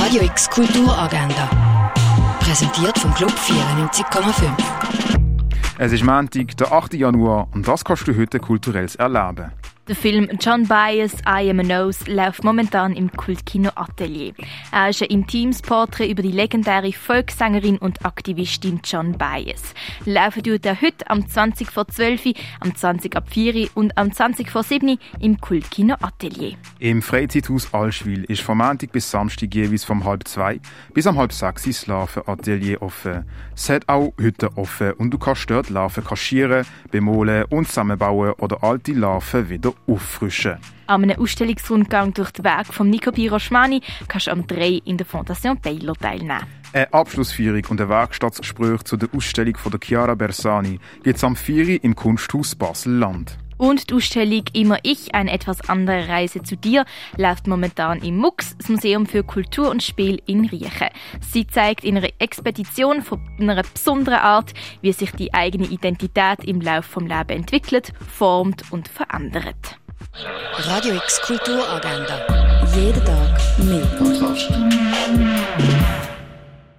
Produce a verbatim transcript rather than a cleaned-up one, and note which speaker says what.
Speaker 1: Radio X Kulturagenda. Präsentiert vom Club vierundneunzig Komma fünf.
Speaker 2: Es ist Montag, der achten Januar, und das kannst du heute kulturell erleben.
Speaker 3: Der Film John Baez, I Am a Nose läuft momentan im Kultkino Atelier. Er ist ein intimes Porträt über die legendäre Volkssängerin und Aktivistin John Baez. Laufen tut er heute am zwanzig vor zwölf, am zwanzig ab vier und am zwanzig vor sieben im Kultkino Atelier.
Speaker 2: Im Freizeithaus Allschwil ist vom Montag bis Samstag jeweils vom halb zwei bis am halb sechs das Larvenatelier offen. Es hat auch heute offen und du kannst dort Larven kaschieren, bemalen und zusammenbauen oder alte Larven wieder auffrischen.
Speaker 3: An einem Ausstellungsrundgang durch das Werk von Nico Piroschmani kannst du am drei in der Fondation Baylor teilnehmen.
Speaker 2: Eine Abschlussführung und ein Werkstattgespräch zu der Ausstellung von der Chiara Bersani gibt es am vier im Kunsthaus Basel-Land.
Speaker 3: Und die Ausstellung «Immer ich, eine etwas andere Reise zu dir» läuft momentan im M U X, das Museum für Kultur und Spiel in Riechen. Sie zeigt in einer Expedition von einer besonderen Art, wie sich die eigene Identität im Laufe des Lebens entwickelt, formt und verändert.
Speaker 1: Radio X Kulturagenda. Jeden Tag mehr.